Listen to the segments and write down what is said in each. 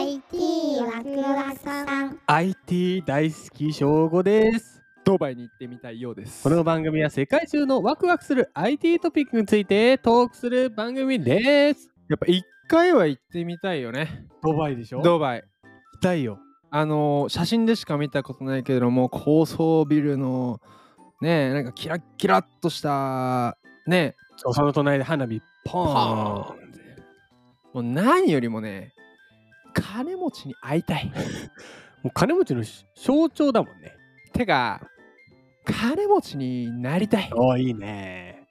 IT ワクワクさん。 IT 大好き翔吾です。 ドバイに行ってみたいようです。 この番組は世界中のワクワクする IT トピックについてトークする番組です。 やっぱ一回は行ってみたいよね。 ドバイでしょ。 ドバイ。 行きたいよ。 写真でしか見たことないけれども、高層ビルのね、なんかキラッキラッとしたね、 その隣で花火ポーン。 もう何よりもね、金持ちに会いたい。 もう金持ちの象徴だもんね。 てか、金持ちになりたい。 おー、いいね。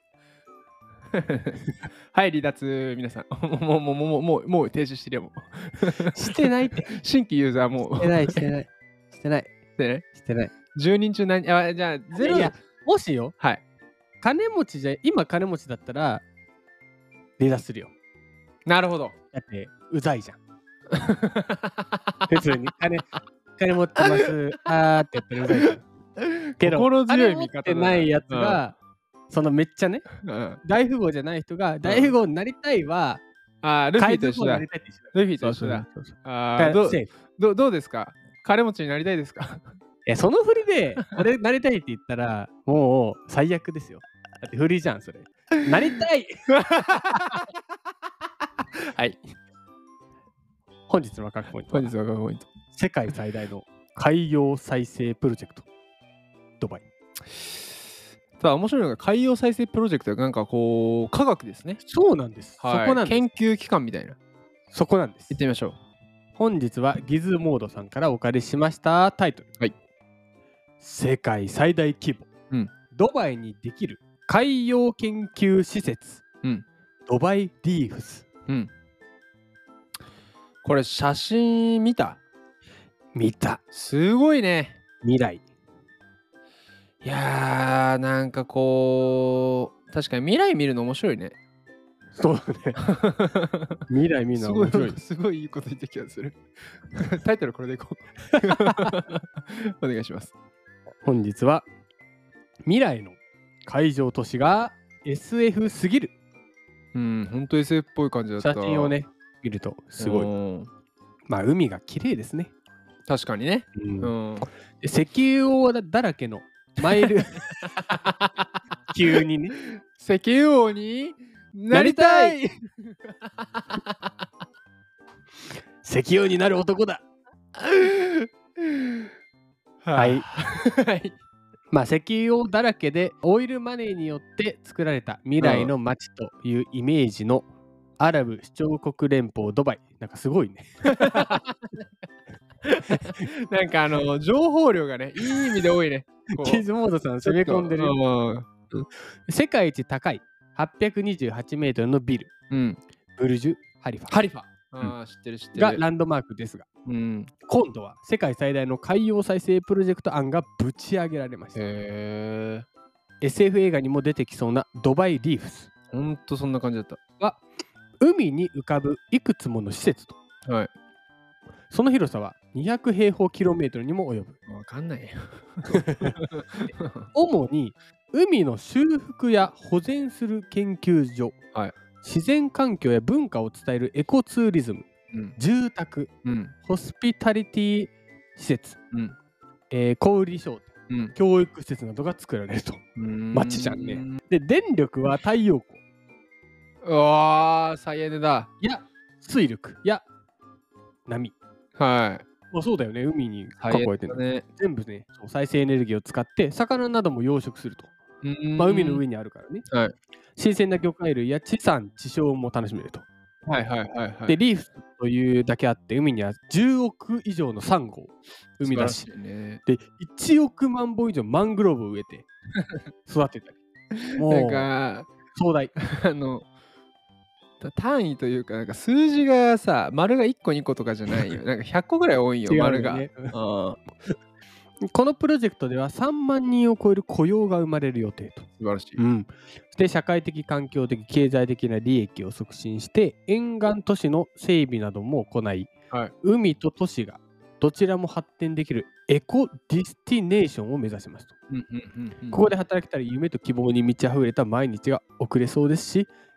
はい、離脱皆さん。もう停止してるよ。もうしてないって。 新規ユーザーもうしてないしてないしてないしてね。 してない。 10人中何じゃあゼロ。 いやもしよ、 はい。 金持ちじゃ今金持ちだったら離脱するよ。 なるほど。 だってうざいじゃん。普通に金持ってますあーってやったらうざいじゃん。けど心強い味方だな金持ってないやつが、そのめっちゃねうん大富豪じゃない人が大富豪になりたいは、 ルフィと一緒だ。 海賊王になりたいって一緒だ。 ルフィと一緒だ。 そうそうあそうセーフ。 どうですか？金持ちになりたいですか？ その振りで俺なりたいって言ったらもう最悪ですよ。だって振りじゃんそれ。なりたいはい。 本日のワクワクポイントは本日はポイント。 世界最大の海洋再生プロジェクトドバイ。 さあ、面白いのが海洋再生プロジェクトはなんかこう科学ですね。 そうなんです、 はい、 そこなんです。 研究機関みたいな。 そこなんです。 行ってみましょう。 本日はギズモードさんからお借りしましたタイトル、 はい、 世界最大規模、ドバイにできる海洋研究施設、ドバイリーフス。 これ写真見た？ 見た。 すごいね。 未来。 いやー、なんかこう確かに未来見るの面白いね。 そうだね。未来見るのは面白いです。 すごいいいこと言った気がする。タイトルこれでいこう。お願いします。 本日は未来の海上都市が SF すぎる。 ほんと SF っぽい感じだった。 写真をね見るとすごい。まあ海が綺麗ですね。 確かにね。 で石油王だらけのマイル急にね石油王になりたい石油になる男だはい、まあ石油王だらけでオイルマネーによって作られた未来の街というイメージのアラブ首長国連邦ドバイ。なんかすごいねなんか情報量がねいい意味で多いね。 キズモードさん攻め込んでる。世界一高い828メートルのビル、ブルジュ・ハリファ。 知ってるがランドマークですが、今度は世界最大の海洋再生プロジェクト案がぶち上げられました。SF 映画にも出てきそうなドバイリーフス。 ほんとそんな感じだった。 は海に浮かぶいくつもの施設と、その広さは200平方キロメートルにも及ぶ。 わかんないよ。 主に海の修復や保全する研究所、自然環境や文化を伝えるエコツーリズム、住宅、ホスピタリティ施設、小売商店、教育施設などが作られると。街じゃんね。で電力は太陽光、 うわー再エネだ。 いや水力や波。そうだよね。海に囲えてるね。全部ね再生エネルギーを使って魚なども養殖すると。海の上にあるからね。新鮮な魚介類や地産地消も楽しめると。でリーフというだけあって海には10億以上のサンゴを生み出し、で1億万本以上マングローブを植えて育てたり。もうなんか壮大。 単位というか、なんか数字がさ、丸が1個2個とかじゃないよ。なんか100個ぐらい多いよ、丸が。 このプロジェクトでは3万人を超える雇用が生まれる予定と。 素晴らしい。 で社会的環境的経済的な利益を促進して沿岸都市の整備なども行い、海と都市がどちらも発展できるエコディスティネーションを目指しますと。ここで働けたら夢と希望に満ち溢れた毎日が送れそうですし、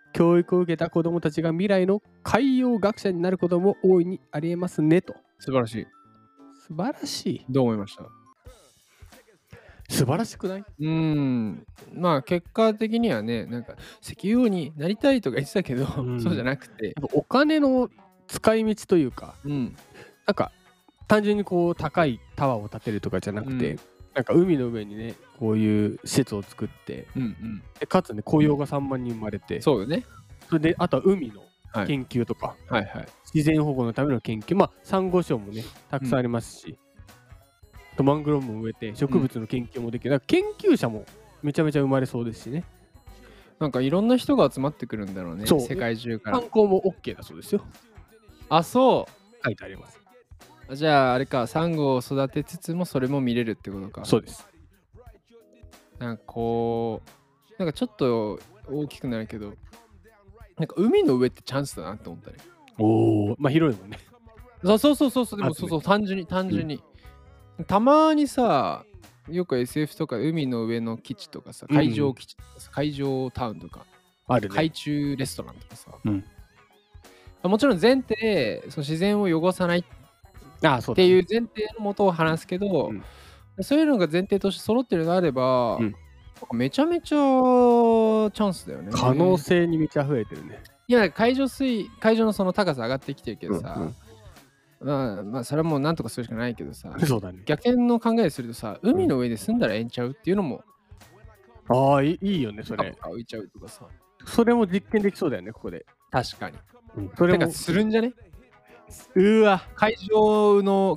教育を受けた子供たちが未来の海洋学者になることも大いにありえますねと。 素晴らしい。 素晴らしい。 どう思いました？ 素晴らしくない？ まあ結果的にはね、なんか石油王になりたいとか言ってたけど、そうじゃなくて、 お金の使い道というか、なんか単純にこう高いタワーを建てるとかじゃなくて、なんか海の上にねこういう施設を作って、でかつね雇用が3万人生まれて、 そうよね。 それであとは海の研究とか、自然保護のための研究、まあサンゴ礁もねたくさんありますし、マングローブも植えて植物の研究もできる、研究者もめちゃめちゃ生まれそうですしね。 なんかいろんな人が集まってくるんだろうね、世界中から。 観光も OK だそうですよ。 あ、そう書いてあります。 じゃああれか、サンゴを育てつつもそれも見れるってことか。 そうです。 なんかこう、なんかちょっと大きくなるけど、なんか海の上ってチャンスだなって思ったね。 おお、まあ広いもんね。 そう、でもそう単純に。たまにさ、よく SF とか海の上の基地とかさ、海上基地とかさ、海上タウンとか、 あるね、 海中レストランとかさ、もちろん前提、その自然を汚さないっていう前提のもとを話すけど、そういうのが前提として揃ってるのであれば、めちゃめちゃチャンスだよね。 可能性にめちゃ増えてるね。 いや、海上のその高さ上がってきてるけどさ、まあそれはもうなんとかするしかないけどさ、 そうだね、 逆転の考えするとさ、海の上で住んだらええんちゃうっていうのも、 ああ、いいよね、それ。 浮いちゃうとかさ。 それも実験できそうだよね、ここで。 確かに。 それもするんじゃね？ うわ、 海上の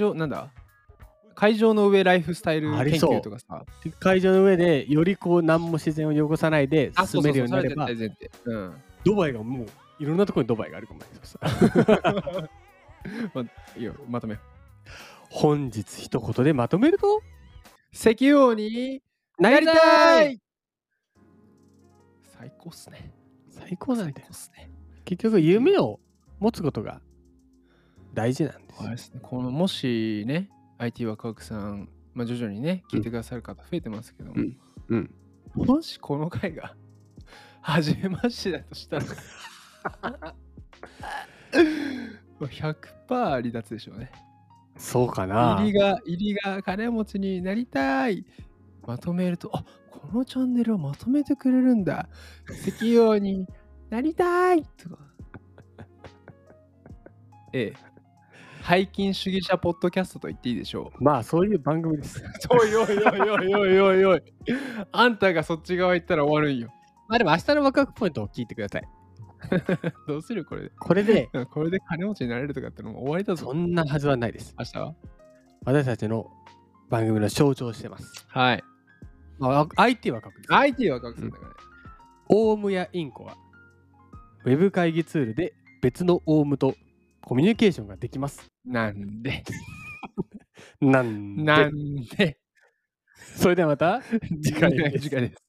上ライフスタイル研究とかさ。 海上の上でよりこう何も自然を汚さないで進めるようになれば、ドバイがもういろんなところにドバイがあるかもしれない。 いいよ、まとめ。 本日一言でまとめると、 石油王になりたい。最高っすね。 最高なんだよ。結局夢を持つことが大事なんですよ。 このもしね、IT ワクワクさん、徐々にね、聞いてくださる方増えてますけども、もしこの回が初めましてだとしたら100% 離脱でしょうね。 そうかな。 入りが金持ちになりたい。まとめると、このチャンネルをまとめてくれるんだ。石油王になりたいとか。背筋主義者ポッドキャストと言っていいでしょう。 まあそういう番組です。 おい。あんたがそっち側行ったら終わるんよ。 まあでも明日のワクワクポイントを聞いてください。 どうするこれで。 これで金持ちになれるとかってのも終わりだぞ。 そんなはずはないです。 明日は私たちの番組の象徴してます。 はい。 IT は確実。 IT は確実だからね。 オウムやインコはウェブ会議ツールで別のオウムとコミュニケーションができます。 なんでなんでそれではまた次回です。